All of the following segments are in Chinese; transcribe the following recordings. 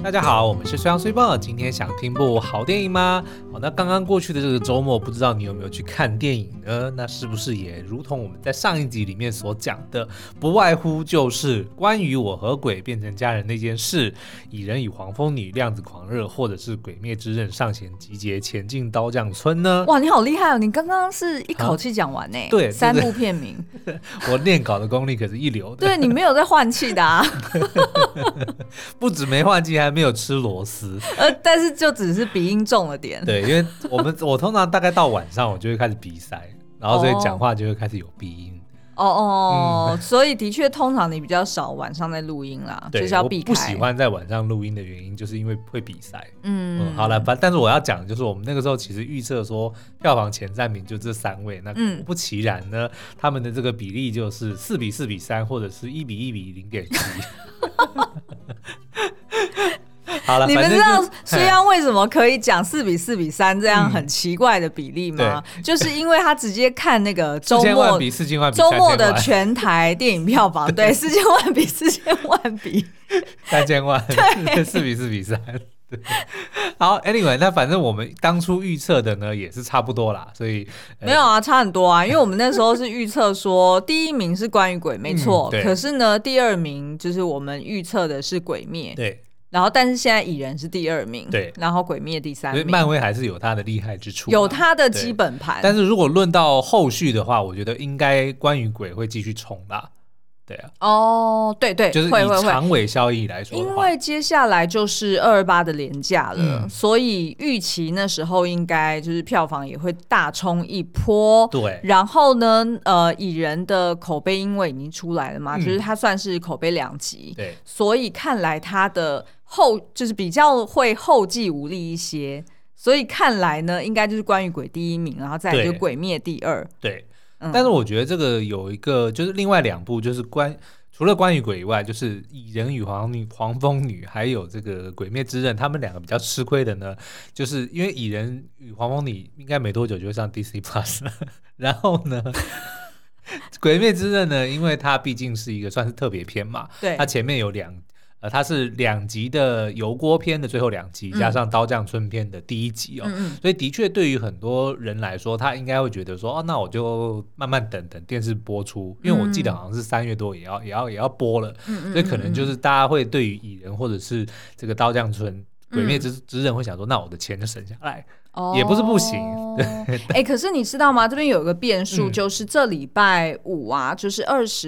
大家好，我们是虽阳虽报。今天想听部好电影吗？那刚刚过去的这个周末，不知道你有没有去看电影呢？那是不是也如同我们在上一集里面所讲的，不外乎就是关于我和鬼变成家人那件事，蚁人与黄蜂女、量子狂热，或者是鬼灭之刃上弦集结前进刀匠村呢？ 哇，你好厉害哦！你刚刚是一口气讲完呢、 对 ，3部片名， 我念稿的功力可是一流的。 对，你没有在换气的啊， 不止没换气，还没有吃螺丝。 但是就只是鼻音重了点。 对，因为我通常大概到晚上我就会开始鼻塞，然后所以讲话就会开始有鼻音。 所以的确通常你比较少晚上在录音啦， 对， 就是要避开。 我不喜欢在晚上录音的原因就是因为会鼻塞。好了，但是我要讲的就是我们那个时候其实预测说票房前3名就这3位，那果不其然呢，他们的这个比例就是4:4:3，或者是1:1:0.7。好了， 你们知道虽然为什么可以讲4:4:3这样很奇怪的比例吗？就是因为他直接看那个周末比4000万比周末的全台电影票房，对，4000万比4000万比 3000万，对，4:4:3。好 ，anyway， 那反正我们当初预测的呢也是差不多啦，所以没有啊，差很多啊，因为我们那时候是预测说第1名是关于鬼，没错，可是呢第2名就是我们预测的是鬼灭， 对。 然后，但是现在蚁人是第2名， 对， 然后鬼灭第3名， 所以漫威还是有它的厉害之处， 有它的基本盘。 但是如果论到后续的话，我觉得应该关于鬼会继续冲吧。对啊， 对， 就是以长尾效益来说的话， 因为接下来就是228的连假了，所以预期那时候应该就是票房也会大冲一波。 对， 然后呢，蚁人的口碑因为已经出来了嘛，就是它算是口碑2级， 对， 所以看来它的就是比较会后继无力一些，所以看来呢，应该就是关于鬼第1名，然后再来就鬼灭第2。 对。但是我觉得这个有一个就是另外2部就是除了关于鬼以外，就是蚁人与黄蜂女还有这个鬼灭之刃，他们2个比较吃亏的呢，就是因为蚁人与黄蜂女应该没多久就会上 Disney Plus 了，然后呢鬼灭之刃呢，因为它毕竟是一个算是特别篇嘛， 对， 它前面有它是2集的油锅篇的最后2集，加上刀匠村篇的第1集所以的确对于很多人来说，他应该会觉得说，那我就慢慢等电视播出，因为我记得好像是3月多也要播了，所以可能就是大家会对于蚁人或者是这个刀匠村、鬼灭之刃会想说，那我的钱就省下来。也不是不行， 对。可是你知道吗？这边有一个变数，就是这礼拜5啊，就是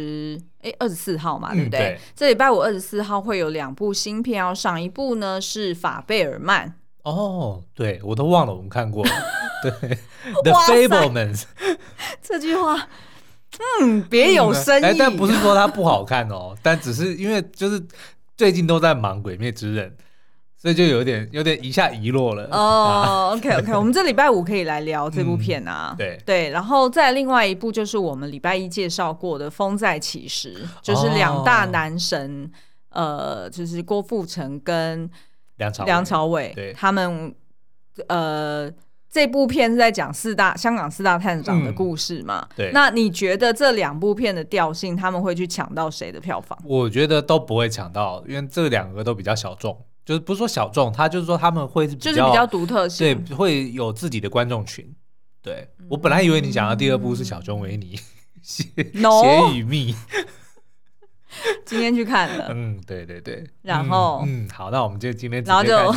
24号嘛，对不对？ 对， 这礼拜5、24号会有2部新片要上，一部呢是法贝尔曼。 对，我都忘了我们看过了。对，The Fablemans 这句话，别有深意。 但不是说它不好看哦，但只是因为就是最近都在忙《鬼灭之刃》。所以就有点一下遗落了。 OK， 我们这礼拜5可以来聊这部片啊。对，然后再另外一部就是我们礼拜1介绍过的《风再起时》，就是2大男神，就是郭富城跟梁朝伟，他们这部片是在讲香港4大探长的故事嘛？ 对。 那你觉得这2部片的调性，他们会去抢到谁的票房？ 我觉得都不会抢到，因为这2个都比较小众。就是不是说小众，他就是说他们会就是比较独特性， 对，会有自己的观众群。对，我本来以为你讲的第2部是小熊维尼血与蜜， 今天去看了。 对。 然后好，那我们就今天然后就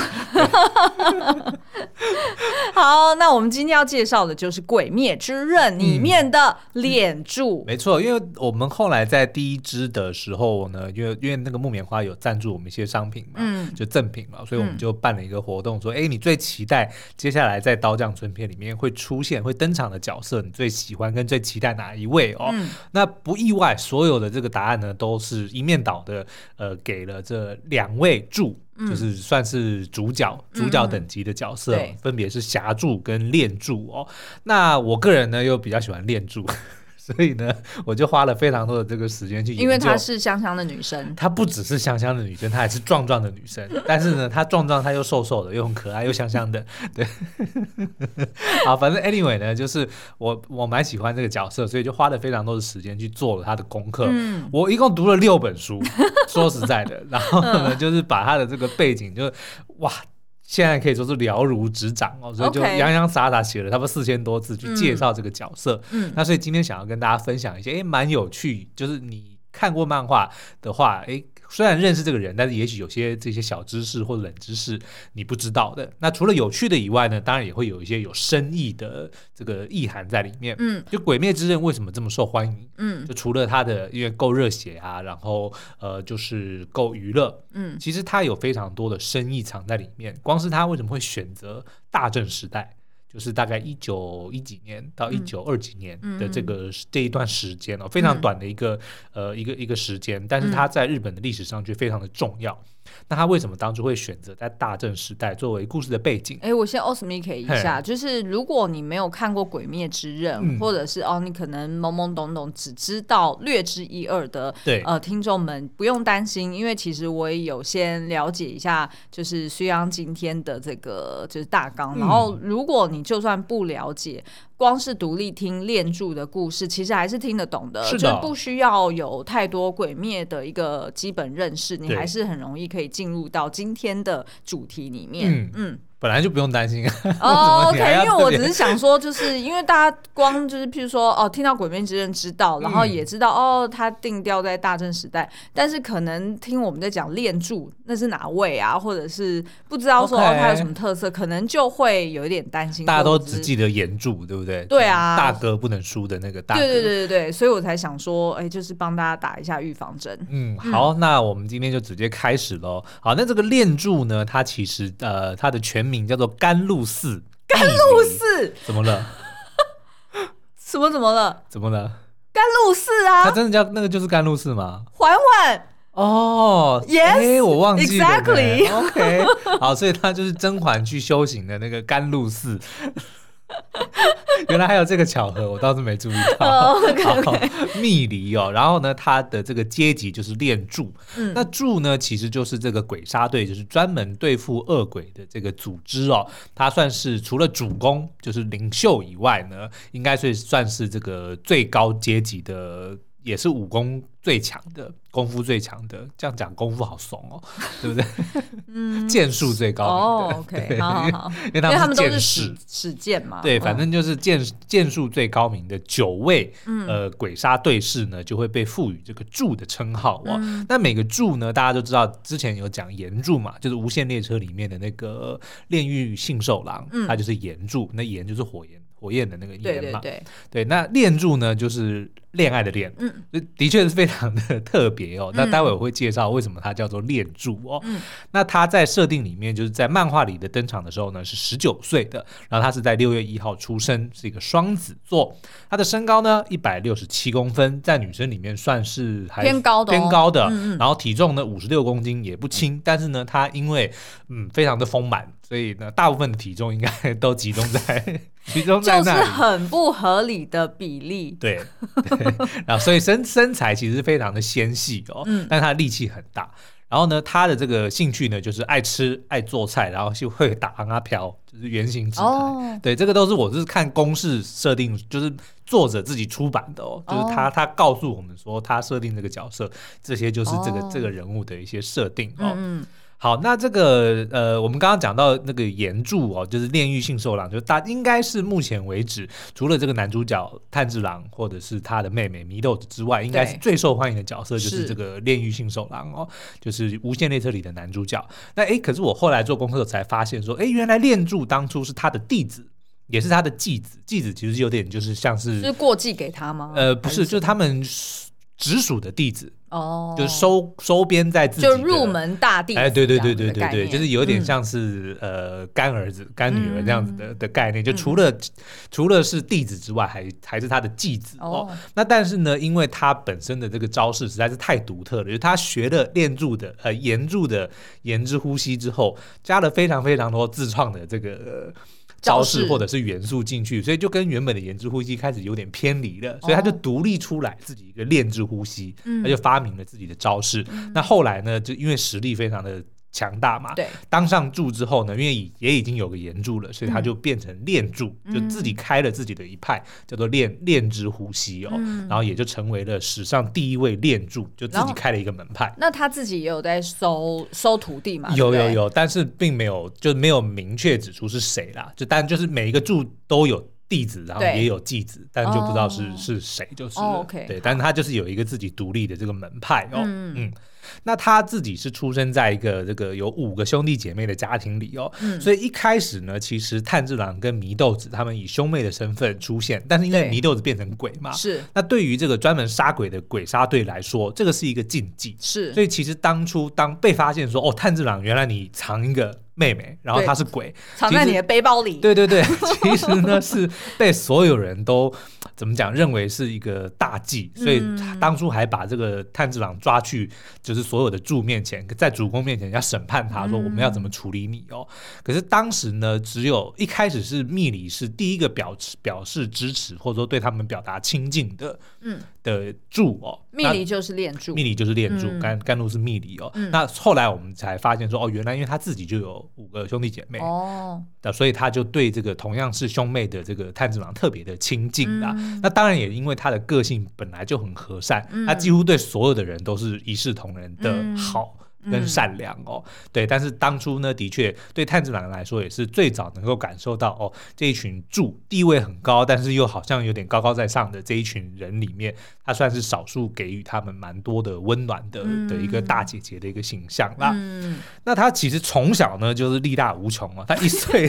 好，那我们今天要介绍的就是《鬼灭之刃》里面的脸柱。 没错，因为我们后来在第1支的时候呢，因为那个木棉花有赞助我们一些商品嘛，就赠品嘛，所以我们就办了一个活动，说，你最期待接下来在刀匠村篇里面会登场的角色，你最喜欢跟最期待哪一位那不意外，所有的这个答案呢，都是一面倒的，给了这2位柱。就是算是主角等级的角色，分别是侠柱跟炼柱那我个人呢又比较喜欢炼柱， 所以呢，我就花了非常多的这个时间去研究。 因为她是香香的女生， 她不只是香香的女生，她还是壮壮的女生。但是呢，她壮壮，她又瘦瘦的，又很可爱，又香香的。对，好，反正 anyway 呢，就是我蛮喜欢这个角色，所以就花了非常多的时间去做了她的功课。我一共读了6本书，说实在的，然后呢，就是把她的这个背景就哇。现在可以说是了如指掌哦，所以就洋洋洒洒写了差不多4000多字去介绍这个角色。那所以今天想要跟大家分享一些蛮有趣，就是你看过漫画的话，虽然认识这个人，但是也许有些这些小知识或者冷知识你不知道的。那除了有趣的以外呢，当然也会有一些有深意的这个意涵在里面。就《鬼灭之刃》为什么这么受欢迎？就除了它的因为够热血啊，然后就是够娱乐。其实它有非常多的深意藏在里面。光是它为什么会选择大正时代？就是大概1910几年到1920几年的这一段时间非常短的一个时间，但是它在日本的历史上却非常的重要。那他为什么当初会选择在大正时代作为故事的背景？ 我先 osmike 一下，就是如果你没有看过《鬼灭之刃》，或者是你可能懵懵懂懂只知道略知一二的听众们不用担心，因为其实我也有先了解一下，就是虽然今天的这个就是大纲，然后如果你就算不了解，光是独立听炼柱的故事，其实还是听得懂的，就是不需要有太多鬼灭的一个基本认识，你还是很容易可以进入到今天的主题里面。 本来就不用担心 OK， 因为我只是想说，就是因为大家光就是譬如说听到《鬼灭之刃》知道，然后也知道他定调在大正时代，但是可能听我们在讲炼柱那是哪位啊，或者是不知道说他有什么特色，可能就会有一点担心。 大家都只记得岩柱，对不对？ 对啊， 大哥不能输的那个大哥。 对，所以我才想说，就是帮大家打一下预防针。 好，那我们今天就直接开始咯。好，那这个炼柱呢，它其实它的全名叫做甘露寺。 甘露寺怎么了？ 怎么了？ 怎么了？ 甘露寺啊！ 它真的叫那个就是甘露寺吗？ 缓缓。 Yes， 我忘记了。 Exactly。 OK， 好，所以它就是甄嬛去修行的那个甘露寺。原来还有这个巧合，我倒是没注意到。 Okay. 密离然后呢，他的这个阶级就是炼柱。那柱呢，其实就是这个鬼杀队，就是专门对付恶鬼的这个组织他算是除了主攻就是领袖以外呢，应该算是这个最高阶级的，也是武功最强的，功夫最强的。这样讲功夫好怂对不对？剑术最高明的。 OK， 好， 因为他们都是使剑嘛。 对，反正就是剑术最高明的9位鬼杀队士呢，就会被赋予这个柱的称号那每个柱呢，大家都知道，之前有讲炎柱嘛，就是无限列车里面的那个炼狱信受郎，他就是炎柱，那炎就是火焰的那个炎嘛。对，那炼柱呢，就是恋爱的恋，的确是非常的特别那待会我会介绍为什么它叫做炼柱那他在设定里面，就是在漫画里的登场的时候呢，是19岁的，然后他是在6月1号出生，是一个双子座。他的身高呢167公分，在女生里面算是还偏高的然后体重呢56公斤，也不轻。但是呢，他因为非常的丰满，所以呢，大部分的体重应该都集中在那里， 就是很不合理的比例。 对，然后所以身材其实非常的纤细但他力气很大。然后呢，他的这个兴趣呢，就是爱吃、爱做菜，然后就会打航阿飘，就是原型直台。对，这个都是我是看公式设定，就是作者自己出版的就是他告诉我们说，他设定这个角色，这些就是这个人物的一些设定好，那这个我们刚刚讲到那个炎柱就是炼狱信受郎，就应该是目前为止除了这个男主角炭治郎或者是他的妹妹祢豆子之外，应该是最受欢迎的角色就是这个炼狱信受郎就是无限列车里的男主角。那可是我后来做功课才发现说，原来炼柱当初是他的弟子，也是他的继子。继子其实有点就是像是过继给他吗？ 不是，就是他们直属的弟子。就是收编在自己的， 就入门大弟子。 对，就是有点像是干儿子、干女儿这样子的概念。就除了是弟子之外，还是他的继子那但是呢，因为他本身的这个招式实在是太独特了，就是他学了炼柱的炎柱的炎之呼吸之后，加了非常非常多自创的这个招式或者是元素进去，所以就跟原本的岩之呼吸开始有点偏离了，所以他就独立出来自己一个炼之呼吸，他就发明了自己的招式。那后来呢，就因为实力非常的强大嘛， 对， 当上柱之后呢，因为也已经有个岩柱了，所以他就变成炼柱，就自己开了自己的一派，叫做炼之呼吸然后也就成为了史上第一位炼柱，就自己开了一个门派。 那他自己也有在收徒弟嘛？ 有，但是并没有，就没有明确指出是谁啦，但就是每一个柱都有弟子，然后也有继子，但就不知道是谁就是了。对，但是他就是有一个自己独立的这个门派那他自己是出生在一个这个有5个兄弟姐妹的家庭里所以一开始呢，其实炭治郎跟祢豆子他们以兄妹的身份出现，但是因为祢豆子变成鬼嘛， 是那对于这个专门杀鬼的鬼杀队来说，这个是一个禁忌， 是， 所以其实当被发现说炭治郎原来你藏一个妹妹，然后她是鬼， 藏在你的背包里。 对，其实呢是被所有人都怎么讲，认为是一个大忌，所以当初还把这个炭治郎抓去，就是所有的柱面前，在主公面前要审判他，说我们要怎么处理你可是当时呢，只有一开始是密里是第一个表示支持，或者说对他们表达亲近的柱密里就是炼柱， 甘露是密里那后来我们才发现说原来因为他自己就有5个兄弟姐妹所以他就对这个同样是兄妹的这个炭治郎特别的亲近啦。那当然也因为他的个性本来就很和善，他几乎对所有的人都是一视同仁的好跟善良对，但是当初呢，的确对炭治郎来说也是最早能够感受到这一群柱地位很高，但是又好像有点高高在上的这一群人里面，他算是少数给予他们蛮多的温暖的一个大姐姐的一个形象啦。那他其实从小呢就是力大无穷他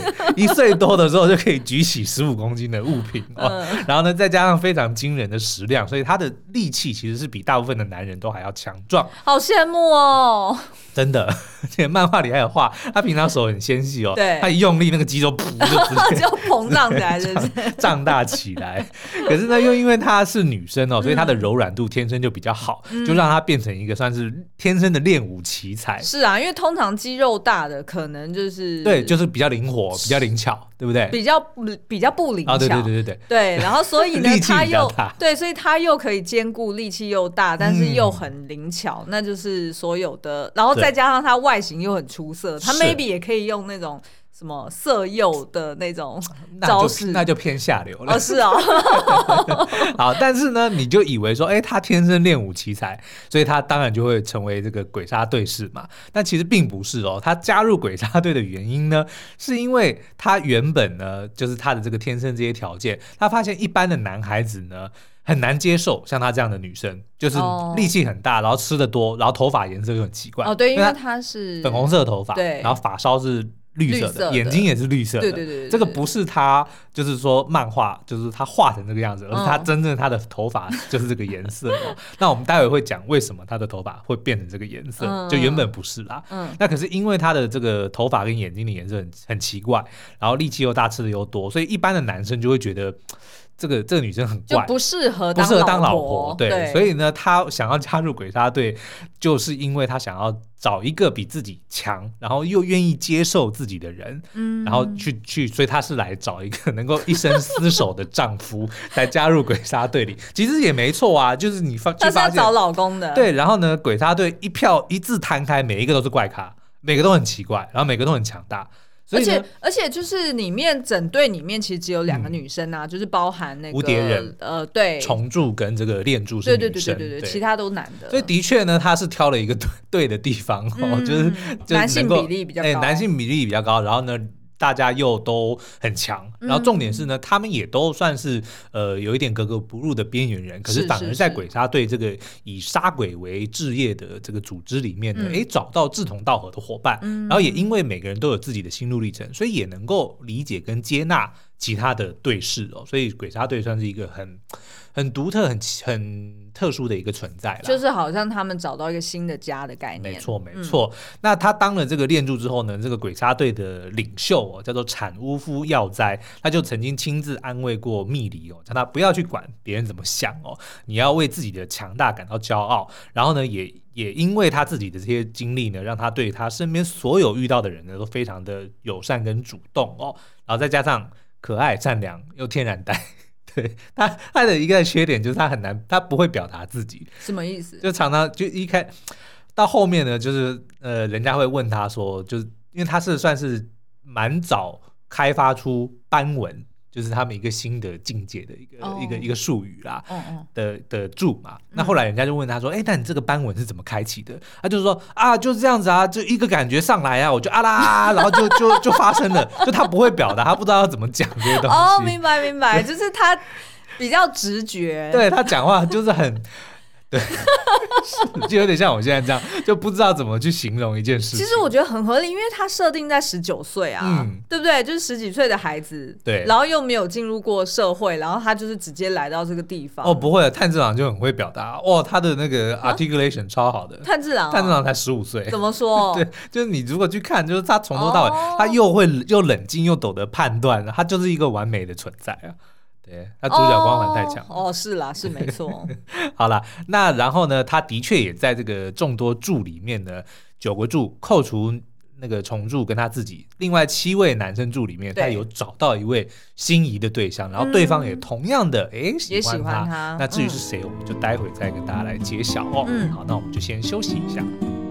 1岁多的时候就可以举起15公斤的物品然后呢再加上非常惊人的食量，所以他的力气其实是比大部分的男人都还要强壮。 好羡慕真的，而且漫画里还有画，他平常手很纤细对， 他一用力那个肌肉噗就直接就膨胀起来， 胀大起来。可是呢，又因为她是女生所以她的柔软度天生就比较好，就让她变成一个算是天生的练武奇才。 是啊，因为通常肌肉大的可能就是对，就是比较灵活，比较灵巧，对不对？ 比较不灵巧对， 然后所以呢， 他又对，所以他又可以兼顾力气又大，但是又很灵巧，那就是所有的，然后再加上他外形又很出色，他 maybe 也可以用那种什么色诱的那种招式， 那就偏下流了。 是哦好，但是呢，你就以为说，他天生练武奇才，所以他当然就会成为这个鬼杀队士嘛。但其实并不是他加入鬼杀队的原因呢，是因为他原本呢，就是他的这个天生这些条件，他发现一般的男孩子呢很难接受像她这样的女生，就是力气很大，然后吃得多，然后头发颜色又很奇怪对，因为她是粉红色的头发， 对， 然后发梢是绿色的，眼睛也是绿色的， 对， 这个不是她就是说漫画就是她画成这个样子，而是她真正她的头发就是这个颜色那我们待会会讲为什么她的头发会变成这个颜色就原本不是啦那可是因为她的这个头发跟眼睛的颜色很奇怪，然后力气又大，吃的又多，所以一般的男生就会觉得这个女生很怪， 就不适合当老婆，对，所以呢，他想要加入鬼杀队，就是因为他想要找一个比自己强，然后又愿意接受自己的人，然后去，所以他是来找一个能够一生厮守的丈夫，来加入鬼杀队里。其实也没错啊，就是你发现他是要找老公的， 对，然后呢，鬼杀队一字摊开，每一个都是怪咖，每个都很奇怪，然后每个都很强大。 而且就是里面整队里面其实只有2个女生就是包含那个蝴蝶人对， 虫柱跟这个炼柱是女生， 对，其他都男的。 所以的确呢，他是挑了一个对的地方就是男性比例比较高， 男性比例比较高，然后呢大家又都很强，然后重点是呢，他们也都算是有一点格格不入的边缘人，可是反而在鬼杀队这个以杀鬼为志业的这个组织里面呢，找到志同道合的伙伴，然后也因为每个人都有自己的心路历程，所以也能够理解跟接纳其他的队士哦，所以鬼杀队算是一个很独特、很特殊的一个存在啦， 就是好像他们找到一个新的家的概念。 没错没错。那他当了这个炼柱之后呢，这个鬼杀队的领袖哦，叫做产屋夫耀哉，他就曾经亲自安慰过密离哦，叫他不要去管别人怎么想哦，你要为自己的强大感到骄傲。然后呢，也因为他自己的这些经历呢，让他对他身边所有遇到的人呢都非常的友善跟主动哦，然后再加上可爱善良又天然呆。对，他的一个缺点就是他不会表达自己。 什么意思？ 就常常就到后面呢，就是人家会问他说，就是因为他是算是蛮早开发出斑纹，就是他们一个新的境界的一个术语啦，的柱嘛。那后来人家就问他说，那你这个斑纹是怎么开启的？他就说啊，就是这样子啊，就一个感觉上来啊，我就啊啦，然后就发生了，就他不会表达，他不知道要怎么讲这些东西。 哦，明白，就是他比较直觉， 对，他讲话就是很。对，就有点像我现在这样，就不知道怎么去形容一件事情。 其实我觉得很合理，因为他设定在19岁啊，对不对？就是10几岁的孩子， 对， 然后又没有进入过社会，然后他就是直接来到这个地方。 哦，不会，炭治郎就很会表达，哇，他的那个 articulation 超好的。 炭治郎才15岁， 怎么说？ 对，就是你如果去看，就是他从头到尾，他又冷静又懂得判断，他就是一个完美的存在啊。对，他主角光环太强是啦，是没错。 好啦，那然后呢，他的确也在这个众多柱里面呢，9个柱扣除那个虫柱跟他自己，另外7位男生柱里面，他有找到一位心仪的对象，然后对方也同样的喜欢他。那至于是谁，我们就待会再跟大家来揭晓哦。好，那我们就先休息一下。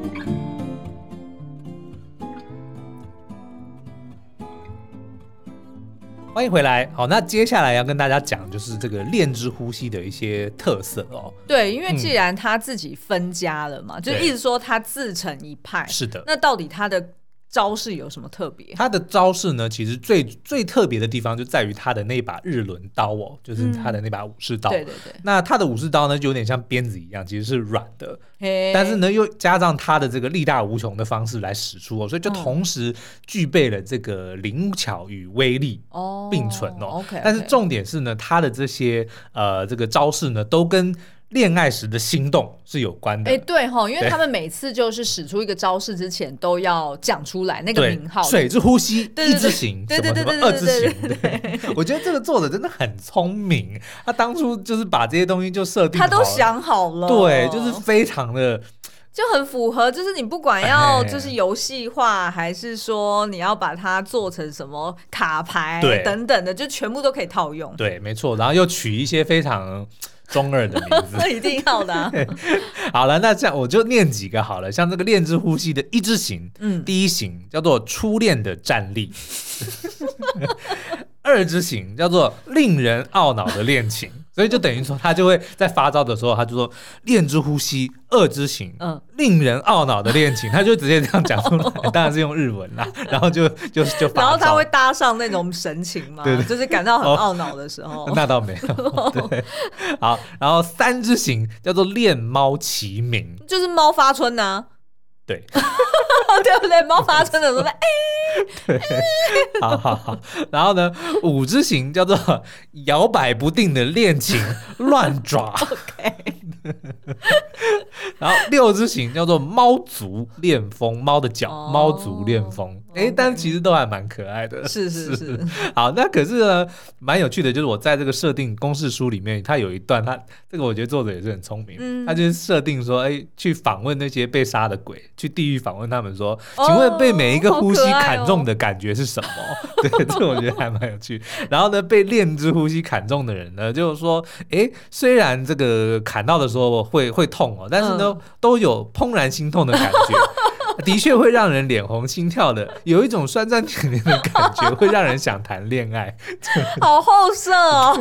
欢迎回来。好，那接下来要跟大家讲就是这个炼之呼吸的一些特色哦。 对，因为既然他自己分家了嘛，就一直说他自成一派。 是的。 那到底他的招式有什么特别？ 他的招式呢，其实最特别的地方就在于他的那把日轮刀哦，就是他的那把武士刀。 对。 那他的武士刀呢，就有点像鞭子一样，其实是软的，但是呢又加上他的这个力大无穷的方式来使出哦，所以就同时具备了这个灵巧与威力并存哦。但是重点是呢，他的这些这个招式呢，都跟恋爱时的心动是有关的。 对齁，因为他们每次就是使出一个招式之前都要讲出来那个名号， 水之呼吸，一之型， 对什么二之型。对，我觉得这个作者真的很聪明，他当初就是把这些东西就设定好了， 他都想好了， 对，就是非常的。 就很符合，就是你不管要就是游戏化，还是说你要把它做成什么卡牌等等的，就全部都可以套用。 对，没错，然后又取一些非常中二的名字， 那一定要的啊。 好了，那这样我就念几个好了，像这个炼之呼吸的一之型，第一型叫做初恋的战力。2之型叫做令人懊恼的恋情，所以就等于说他就会在发招的时候，他就说炼之呼吸2之型，令人懊恼的恋情，他就直接这样讲出来，当然是用日文啦，然后就发招， 然后他会搭上那种神情嘛，对，就是感到很懊恼的时候。 那倒没有，对，好，然后3之型叫做恋猫齐鸣， 就是猫发春呢。 对， 对不对？猫发春的时候， 对，好，然后呢，5之型叫做摇摆不定的恋情乱爪 ，OK， 然后6之型叫做猫足恋风，猫的脚，猫足恋风，但其实都还蛮可爱的， 是。 好，那可是呢，蛮有趣的，就是我在这个设定公式书里面，它有一段，这个我觉得作者也是很聪明，他就是设定说，去访问那些被杀的鬼。去地狱访问他们说，请问被每一个呼吸砍中的感觉是什么？对，这我觉得还蛮有趣。然后呢，被炼之呼吸砍中的人呢，就是说，虽然这个砍到的时候会痛哦，但是呢，都有怦然心痛的感觉，的确会让人脸红心跳的，有一种酸酸甜甜的感觉，会让人想谈恋爱。 好后色哦。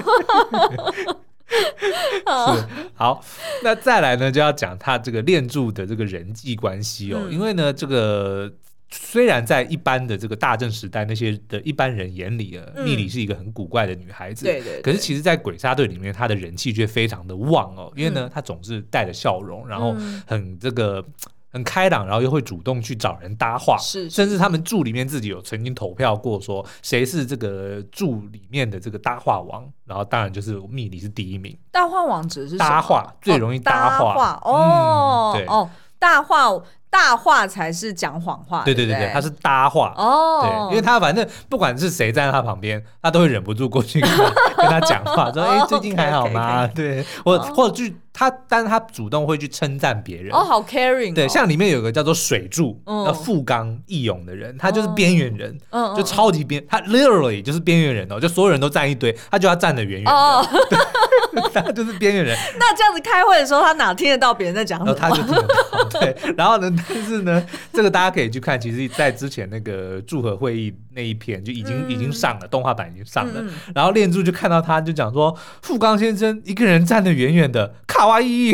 是，好，那再来呢，就要讲他这个炼柱的这个人际关系哦，因为呢，这个虽然在一般的这个大正时代那些的一般人眼里蜜里是一个很古怪的女孩子， 对， 可是其实在鬼杀队里面她的人气却非常的旺哦，因为呢她总是带着笑容，然后很这个很开朗，然后又会主动去找人搭话， 是甚至他们驻里面自己有曾经投票过，说谁是这个驻里面的这个搭话王，然后当然就是蜜梨是第一名。 搭话王指的是搭话最容易搭话， 对大话才是讲谎话， 对，他是搭话对，因为他反正不管是谁站在他旁边，他都会忍不住过去跟他讲话，说最近还好吗？对，或者就但是他主动会去称赞别人， 好 caring。 对，像里面有个叫做水柱，富冈义勇的人，他就是边缘人，就超级边，他 literally 就是边缘人就所有人都站一堆，他就要站得远远的，他就是边缘人。 那这样子开会的时候，他哪听得到别人在讲什么？ 他就听得到，对。然后呢，但是呢，这个大家可以去看，其实在之前那个祝贺会议那一篇就已经上了，动画版已经上了。然后恋柱就看到他就讲说，富冈先生一个人站得远远的，卡哇伊，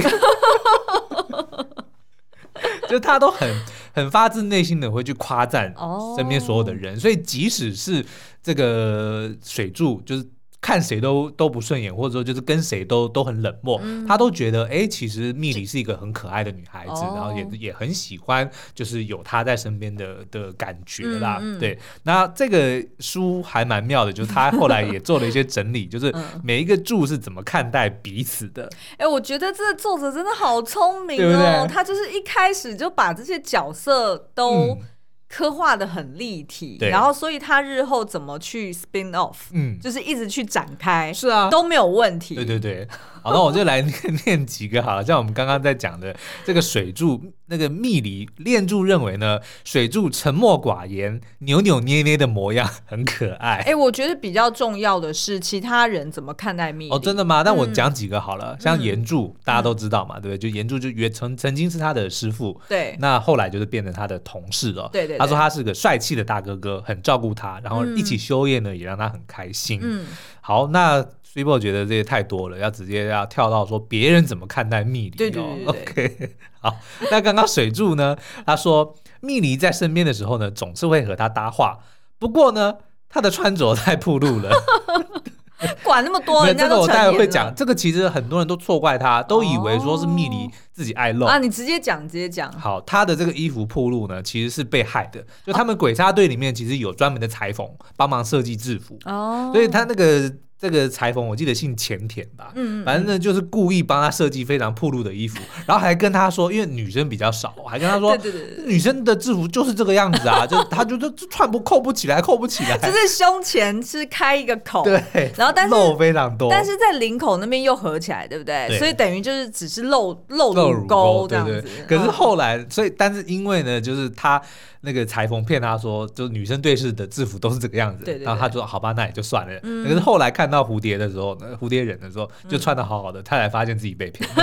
就他都很发自内心的会去夸赞身边所有的人，所以即使是这个水柱，就是看谁都不顺眼，或者说就是跟谁都很冷漠，他都觉得其实蜜梨是一个很可爱的女孩子，然后也很喜欢就是有她在身边的感觉啦。对，那这个书还蛮妙的，就是他后来也做了一些整理，就是每一个柱是怎么看待彼此的。 我觉得这个作者真的好聪明对不对？ 他就是一开始就把这些角色都刻画的很立体，然后所以他日后怎么去 spin off，就是一直去展开， 是啊， 都没有问题。 对，好，那我就来念几个好了，像我们刚刚在讲的这个水柱，那个蜜梨恋柱认为呢，水柱沉默寡言、扭扭捏捏的模样很可爱。 我觉得比较重要的是其他人怎么看待蜜梨。 真的吗？那我讲几个好了，像岩柱，大家都知道嘛，对不对？就岩柱就曾经是他的师父， 对， 那后来就是变成他的同事了。 对， 他说他是个帅气的大哥哥，很照顾他，然后一起修炼呢，也让他很开心。好，那Cibo 觉得这些太多了，要直接要跳到说别人怎么看待蜜梨。 对 OK， 好，那刚刚水柱呢，他说蜜梨在身边的时候呢，总是会和他搭话，不过呢，他的穿着太暴露了。 管那么多，人家都成年了。这个我待会会讲，这个其实很多人都错怪他，都以为说是蜜梨自己爱露你直接讲。好， 他的这个衣服暴露呢，其实是被害的。就他们鬼杀队里面其实有专门的裁缝帮忙设计制服，所以他这个裁缝我记得姓前田吧，反正呢就是故意帮他设计非常暴露的衣服，然后还跟他说，因为女生比较少，还跟他说，对，女生的制服就是这个样子啊，就他就扣不起来， 就是胸前是开一个口， 对， 然后但是露非常多， 但是在领口那边又合起来，对不对？所以等于就是只是露乳沟这样子。 可是后来，但是因为呢，就是他那个裁缝骗他说，就是女生队士的制服都是这个样子， 对， 然后他说好吧，那也就算了。可是后来看到蝴蝶的时候呢，蝴蝶忍的时候就穿得好好的，他才发现自己被骗。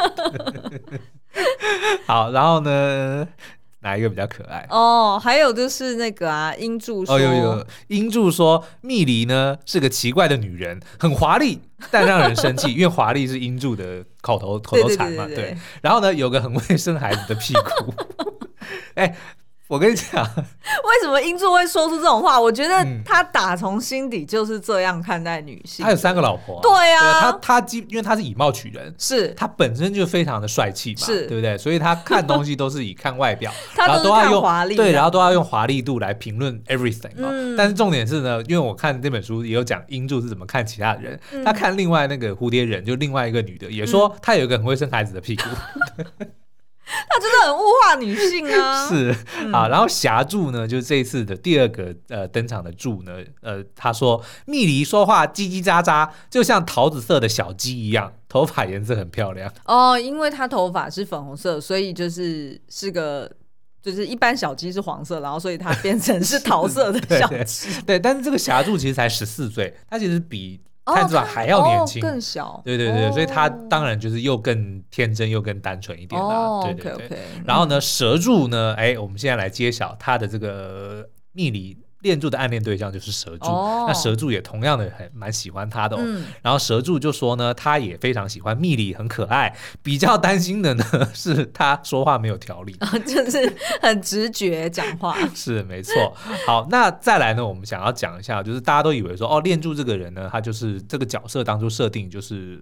好，然后呢，哪一个比较可爱？ 还有就是那个英柱说， 有英柱说蜜梨呢是个奇怪的女人，很华丽，但让人生气，因为华丽是英柱的口头禅嘛，对。然后呢，有个很会生孩子的屁股。我跟你讲， 为什么英柱会说出这种话？我觉得他打从心底就是这样看待女性。 他有3个老婆， 对啊， 他因为他是以貌取人， 是他本身就非常的帅气嘛， 是， 对不对？所以他看东西都是以看外表， 他都是看华丽， 对，然后都要用华丽度来评论 everything。但是重点是呢，因为我看这本书也有讲英柱是怎么看其他的人，他看另外那个蝴蝶忍，就另外一个女的，也说她有一个很会生孩子的屁股。 他真的很物化女性啊！ 是好，然后霞柱呢，就是这一次的第2个登场的柱呢，他说蜜梨说话叽叽喳喳，就像桃子色的小鸡一样，头发颜色很漂亮。 因为他头发是粉红色，所以是个。就是一般小鸡是黄色，然后所以它变成是桃色的小鸡。 对，但是这个霞柱其实才14岁，他其实比太子还要年轻， 更小。 对，所以他当然就是又更天真又更单纯一点啦。对。然后呢，蛇柱呢，我们现在来揭晓他的这个蜜梨恋柱的暗恋对象就是蛇柱，那蛇柱也同样的蛮喜欢他的然后蛇柱就说呢，他也非常喜欢蜜梨，很可爱，比较担心的呢是他说话没有条理， 就是很直觉讲话。 是没错。好，那再来呢，我们想要讲一下，就是大家都以为说恋柱这个人呢，他就是这个角色当初设定就是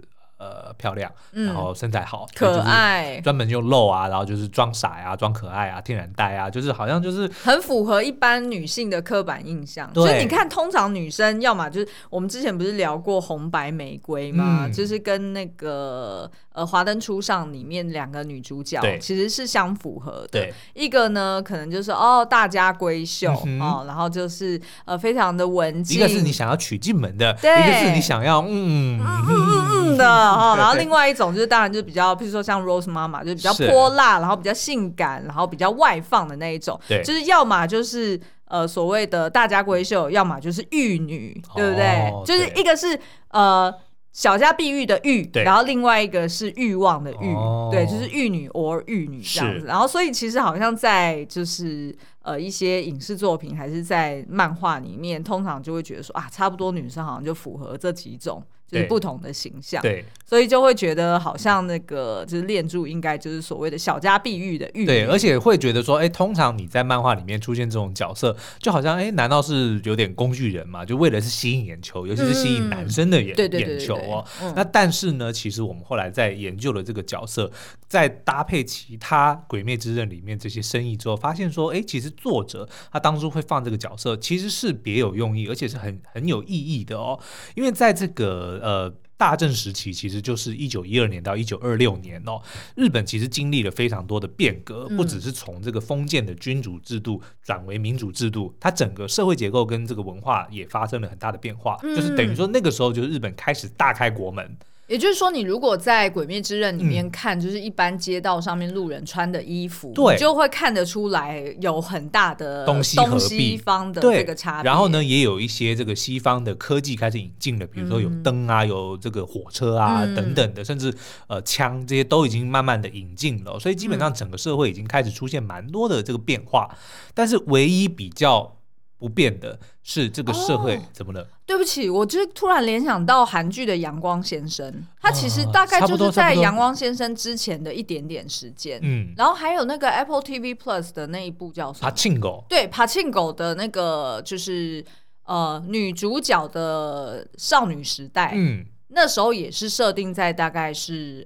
漂亮，然后身材好， 可爱， 专门用露啊，然后就是装傻呀、装可爱啊、天然呆啊，就是好像就是很符合一般女性的刻板印象。所以你看，通常女生要么就是我们之前不是聊过红白玫瑰吗？就是跟那个华灯初上里面2个女主角其实是相符合的。一个呢可能就是大家闺秀然后就是非常的文静， 一个是你想要娶进门的，一个是你想要的然后另外一种就是当然就是比较，譬如说像 Rose 妈妈就是比较泼辣，然后比较性感，然后比较外放的那一种，就是要么就是所谓的大家闺秀，要么就是玉女，对不对？就是一个是小家碧玉的玉，然后另外一个是欲望的欲，对，就是玉女 or 玉女这样子。然后所以其实好像在就是一些影视作品还是在漫画里面，通常就会觉得说差不多女生好像就符合这几种就是不同的形象， 对， 所以就会觉得好像那个就是恋柱应该就是所谓的小家碧玉的玉女， 对，而且会觉得说通常你在漫画里面出现这种角色，就好像难道是有点工具人嘛？就为了是吸引眼球，尤其是吸引男生的眼球那但是呢，其实我们后来在研究了这个角色，在搭配其他鬼灭之刃里面这些生意之后，发现说其实作者他当初会放这个角色其实是别有用意，而且是很有意义的因为在这个大正时期，其实就是1912年到1926年日本其实经历了非常多的变革，不只是从这个封建的君主制度转为民主制度，它整个社会结构跟这个文化也发生了很大的变化，就是等于说那个时候就是日本开始大开国门。 也就是说，你如果在《鬼灭之刃》里面看，就是一般街道上面路人穿的衣服，你就会看得出来有很大的东西方的这个差别。 然后呢，也有一些这个西方的科技开始引进了，比如说有灯啊，有这个火车啊等等的，甚至枪这些都已经慢慢的引进了，所以基本上整个社会已经开始出现蛮多的这个变化。但是唯一比较不变的是这个社会怎么了？ 对不起，我就是突然联想到韩剧的《阳光先生》，他其实大概就是在《阳光先生》之前的一点点时间。然后还有那个 Apple TV Plus 的那一部叫什么 ？Pachinko。 对 ，Pachinko 的那个就是女主角的少女时代。那时候也是设定在大概是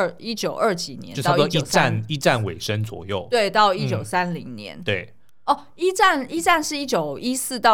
1920几年到一战尾声左右， 对，到1930年。 对。 一战是1914到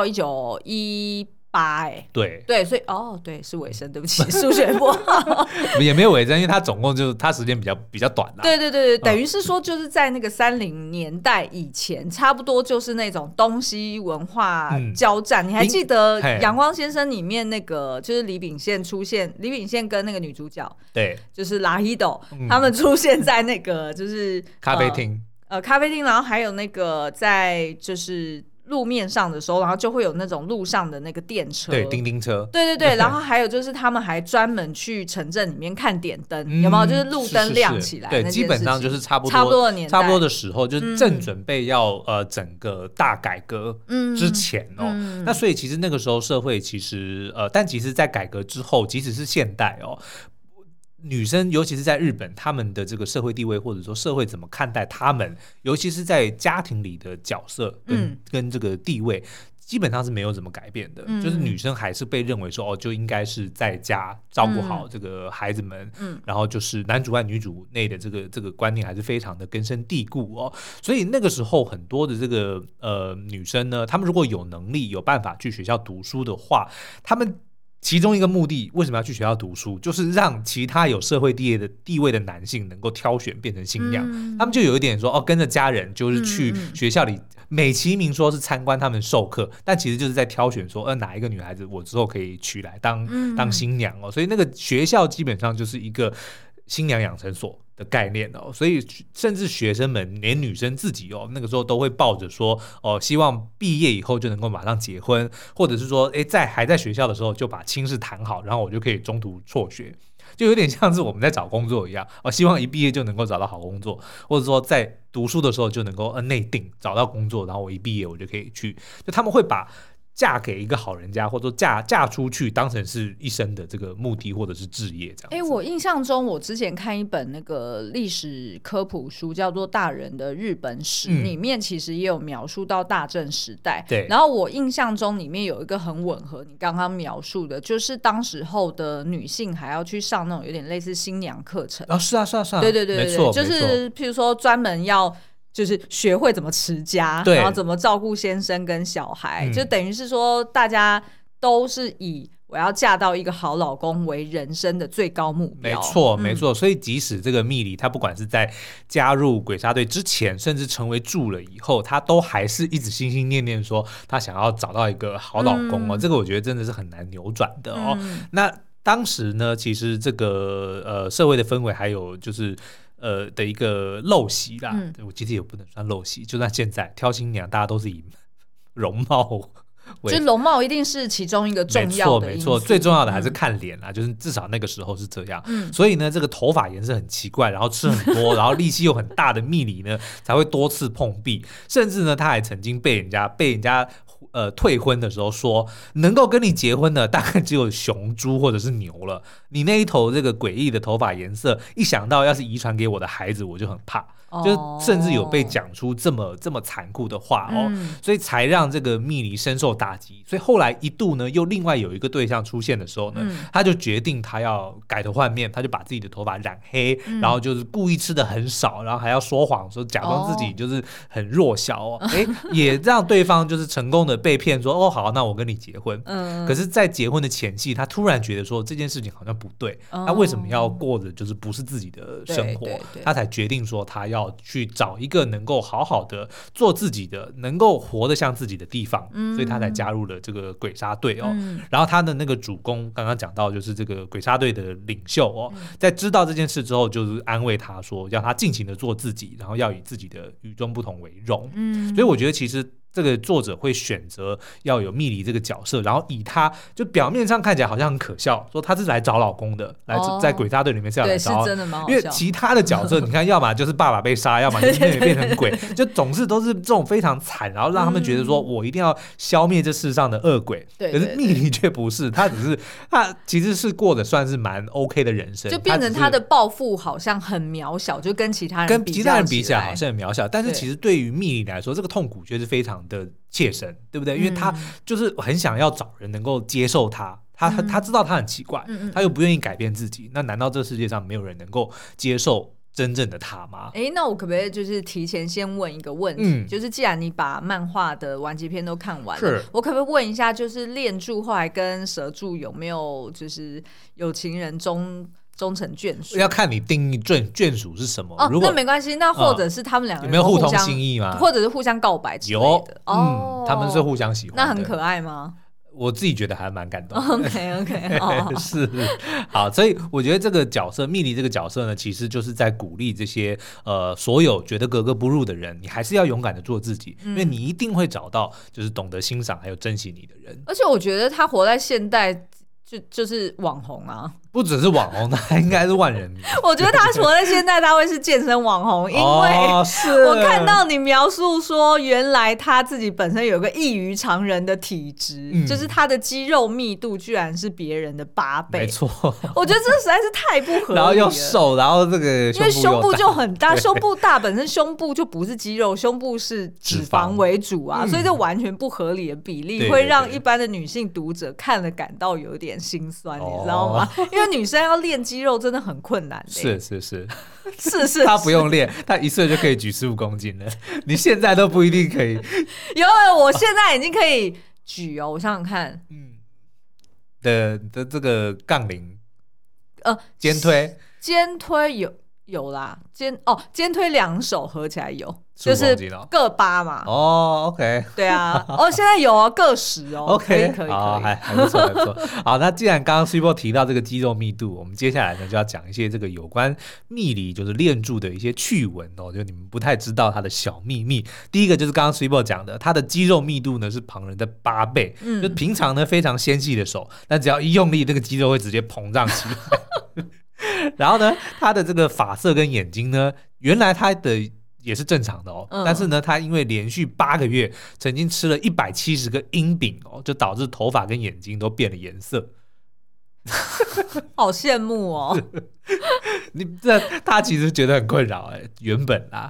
1918对，所以对，是尾声，对不起，数学不好。 也没有尾声，因为它总共就是它时间比较短啦。 对，等于是说就是在那个30年代以前，差不多就是那种东西文化交战。你还记得《阳光先生》里面那个就是李秉宪跟那个女主角，对，就是拉希斗，他们出现在那个就是咖啡厅。 咖啡厅，然后还有那个在就是路面上的时候，然后就会有那种路上的那个电车， 对，叮叮车， 对，然后还有就是他们还专门去城镇里面看点灯，有没有？就是路灯亮起来， 对，基本上就是差不多的年代， 差不多的时候，就是正准备要整个大改革之前那所以其实那个时候社会其实但其实在改革之后，即使是现代女生尤其是在日本，他们的这个社会地位或者说社会怎么看待他们，尤其是在家庭里的角色跟这个地位基本上是没有怎么改变的，就是女生还是被认为说就应该是在家照顾好这个孩子们，然后就是男主外女主内的这个观念还是非常的根深蒂固所以那个时候很多的这个女生呢，她们如果有能力有办法去学校读书的话，她们其中一个目的为什么要去学校读书，就是让其他有社会地位的男性能够挑选变成新娘。他们就有一点说跟着家人就是去学校里美其名说是参观他们授课，但其实就是在挑选说哪一个女孩子我之后可以娶来当新娘所以那个学校基本上就是一个新娘养成所的概念所以甚至学生们连女生自己那个时候都会抱着说希望毕业以后就能够马上结婚，或者是说还在学校的时候就把亲事谈好，然后我就可以中途辍学，就有点像是我们在找工作一样希望一毕业就能够找到好工作，或者说在读书的时候就能够内定找到工作，然后我一毕业我就可以去，就他们会把嫁给一个好人家，或者说嫁出去当成是一生的这个目的或者是志业这样子。 我印象中我之前看一本那个历史科普书叫做《大人的日本史》，里面其实也有描述到大正时代。 对， 然后我印象中里面有一个很吻合你刚刚描述的，就是当时候的女性还要去上那种有点类似新娘课程。 是啊， 对对对对， 没错， 就是譬如说专门要就是学会怎么持家，然后怎么照顾先生跟小孩，就等于是说大家都是以我要嫁到一个好老公为人生的最高目标。 没错，所以即使这个蜜梨她不管是在加入鬼杀队之前，甚至成为柱了以后，她都还是一直心心念念说她想要找到一个好老公这个我觉得真的是很难扭转的那当时呢，其实这个社会的氛围还有就是的一个陋习啦，我其实也不能算陋习，就算现在挑新娘大家都是以容貌就容貌一定是其中一个重要的因素， 没错，最重要的还是看脸啦，就是至少那个时候是这样所以呢这个头发颜色很奇怪，然后吃很多然后力气又很大的蜜梨呢才会多次碰壁，甚至呢他还曾经被人家退婚的时候说，能够跟你结婚的大概只有雄猪或者是牛了，你那一头这个诡异的头发颜色，一想到要是遗传给我的孩子我就很怕就甚至有被讲出这么残酷的话所以才让这个蜜梨深受打击。所以后来一度呢，又另外有一个对象出现的时候呢，他就决定他要改头换面，他就把自己的头发染黑，然后就是故意吃的很少，然后还要说谎，说假装自己就是很弱小也让对方就是成功的被骗说好，那我跟你结婚。可是，在结婚的前夕，他突然觉得说这件事情好像不对，他为什么要过着就是不是自己的生活？他才决定说他要去找一个能够好好的做自己的，能够活得像自己的地方，所以他才加入了这个鬼杀队然后他的那个主攻刚刚讲到，就是这个鬼杀队的领袖在知道这件事之后，就是安慰他说，要他尽情的做自己，然后要以自己的与众不同为荣。所以我觉得其实这个作者会选择要有蜜梨这个角色，然后以他就表面上看起来好像很可笑，说他是来找老公的，在鬼杀队里面是要来找， 对，是真的蛮好笑。因为其他的角色你看，要么就是爸爸被杀，要么就是妹妹变成鬼，就总是都是这种非常惨，然后让他们觉得说我一定要消灭这世上的恶鬼。可是蜜梨却不是，他其实是过得算是蛮 OK 的人生， 就变成他的抱负好像很渺小，就跟其他人比起来好像很渺小，但是其实对于蜜梨来说，这个痛苦却是非常的切身，对不对？因为他就是很想要找人能够接受他知道他很奇怪他又不愿意改变自己，那难道这世界上没有人能够接受真正的他吗？ 那我可不可以就是提前先问一个问题就是既然你把漫画的完结篇都看完了，我可不可以问一下，就是恋柱后来跟蛇柱有没有就是有情人终成眷属？ 要看你定义眷属是什么如果那没关系，那或者是他们两个人有没有互通心意吗？ 或者是互相告白之类的？ 他们是互相喜欢的。 那很可爱吗？ 我自己觉得还蛮感动的。 OK 是好，所以我觉得这个角色蜜梨这个角色呢，其实就是在鼓励这些所有觉得格格不入的人，你还是要勇敢的做自己因为你一定会找到就是懂得欣赏还有珍惜你的人。 而且我觉得他活在现代就是网红啊， 不只是网红，他应该是万人迷。 我觉得他活在现在他会是健身网红，因为我看到你描述说原来他自己本身有个异于常人的体质就是他的肌肉密度居然是别人的8倍。 没错， 我觉得这实在是太不合理了。 然后又瘦，然后这个因为胸部就很大胸部大本身胸部就不是肌肉，胸部是脂肪为主啊所以这完全不合理的比例会让一般的女性读者看了感到有点心酸你知道吗？因为女生要练肌肉真的很困难是他不用练，他1岁就可以举15公斤了，你现在都不一定可以。 我现在已经可以举我想想看的这个杠铃肩推有啦，肩推2手合起来有，就是各8嘛。 OK 对啊现在有各10 OK 可以好，还不错还不错。好，那既然刚刚 Super 提到这个肌肉密度，我们接下来呢就要讲一些这个有关蜜梨就是恋柱的一些趣闻就你们不太知道它的小秘密。第一个就是刚刚 Super 讲的，它的肌肉密度呢是旁人的8倍就平常呢非常纤细的手，但只要一用力那个肌肉会直接膨胀起来然后呢他的这个发色跟眼睛呢，原来他的也是正常的哦。但是呢，他因为连续8个月曾经吃了170个阴饼哦，就导致头发跟眼睛都变了颜色。 好羡慕哦！ 他其实觉得很困扰原本啦。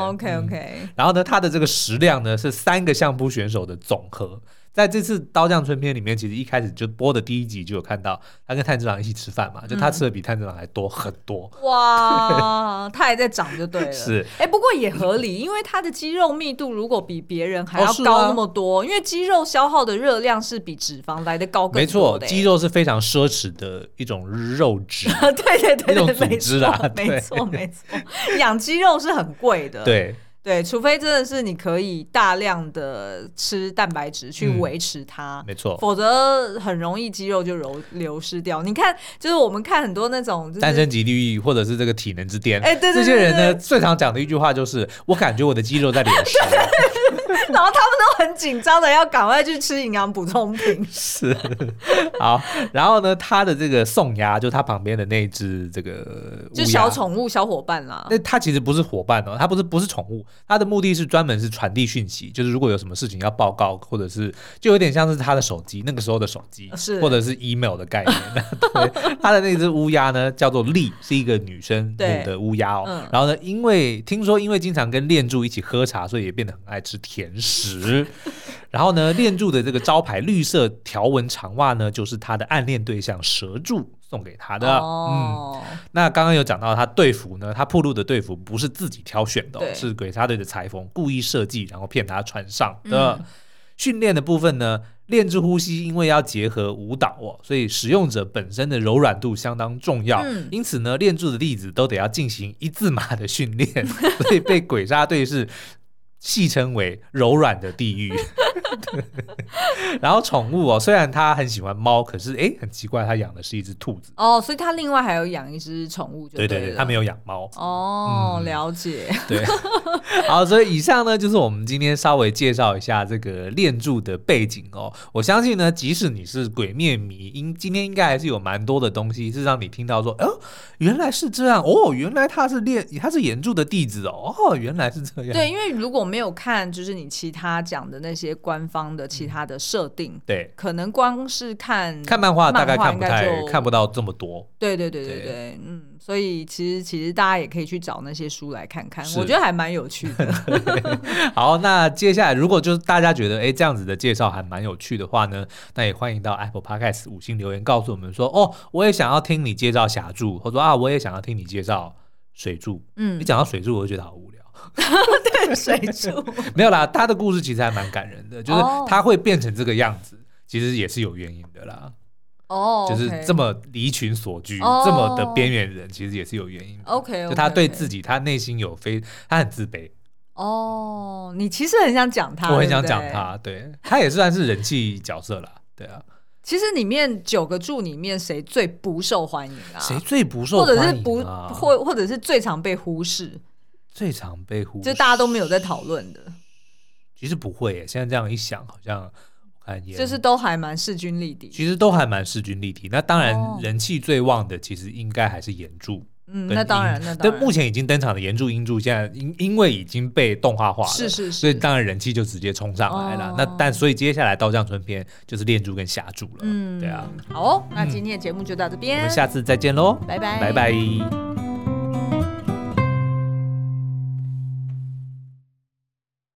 OK。 然后呢，他的这个食量呢是3个相扑选手的总和。在这次刀匠春篇里面，其实一开始就播的第1集就有看到他跟炭治郎一起吃饭嘛，就他吃的比炭治郎还多很多。 哇，他还在长就对了。 是， 不过也合理，因为他的肌肉密度如果比别人还要高那么多，因为肌肉消耗的热量是比脂肪来的高更多的。 没错，肌肉是非常奢侈的一种肉质， 对， 一种组织啦。 没错，养肌肉是很贵的。对，除非真的是你可以大量的吃蛋白质去维持它， 没错， 否则很容易肌肉就流失掉。你看，就是我们看很多那种单身即地狱或者是这个体能之巅， 对， 这些人呢最常讲的一句话就是我感觉我的肌肉在流失。 然后他们都很紧张的要赶快去吃营养补充品。 是，好，然后呢，他的这个宋鸭就他旁边的那只这个乌鸦， 就小宠物小伙伴啦。 那他其实不是伙伴哦，他不是宠物，他的目的是专门是传递讯息，就是如果有什么事情要报告，或者是就有点像是他的手机，那个时候的手机， 或者是 email 的概念。对，他的那只乌鸦呢叫做丽，是一个女生母的乌鸦哦。然后呢，听说因为经常跟恋柱一起喝茶，所以也变得很爱吃甜食。然后呢，恋柱的这个招牌绿色条纹长袜呢，就是他的暗恋对象蛇柱送给他的。那刚刚有讲到他队服呢，他铺路的队服不是自己挑选的是鬼杀队的裁缝故意设计，然后骗他穿上的。训练的部分呢，练之呼吸因为要结合舞蹈所以使用者本身的柔软度相当重要。因此呢，练柱的弟子都得要进行1字马的训练，所以被鬼杀队是戏称为柔软的地狱。然后宠物虽然他很喜欢猫，可是很奇怪，他养的是一只兔子所以他另外还有养一只宠物就对，他没有养猫了解。 对，好，所以以上呢就是我们今天稍微介绍一下这个恋柱的背景我相信呢，即使你是鬼灭迷，今天应该还是有蛮多的东西是让你听到说原来是这样原来他是岩柱的弟子原来是这样。 对，因为如果没有看就是你其他讲的那些官方的其他的设定， 对， 可能光是看漫画大概看不到这么多。 对，所以其实大家也可以去找那些书来看看，我觉得还蛮有趣的。 好，那接下来如果就是大家觉得这样子的介绍还蛮有趣的话呢，那也欢迎到 Apple Podcast 5星留言告诉我们说我也想要听你介绍霞柱，或者说我也想要听你介绍水柱。你讲到水柱我就觉得好无聊。 对，水柱没有啦，他的故事其实还蛮感人的，就是他会变成这个样子其实也是有原因的啦。就是这么离群所居，这么的边缘人其实也是有原因的。 OK， 就他对自己他内心他很自卑。 你其实很想讲他， 我很想讲他，对，他也算是人气角色啦。对啊， 其实里面9个柱里面谁最不受欢迎啊？ 谁最不受欢迎啊？ 或者是最常被忽视？ 最常被忽视， 就大家都没有在讨论的。 其实不会耶，现在这样一想，好像就是都还蛮势均力敌。 其实都还蛮势均力敌。那当然，人气最旺的其实应该还是岩柱。 那当然。 但目前已经登场的岩柱、英柱，现在因为已经被动画化了， 是， 所以当然人气就直接冲上来了。所以接下来刀匠春篇就是恋柱跟霞柱了。对啊。 好那今天的节目就到这边， 我们下次再见喽， 拜拜， 拜拜。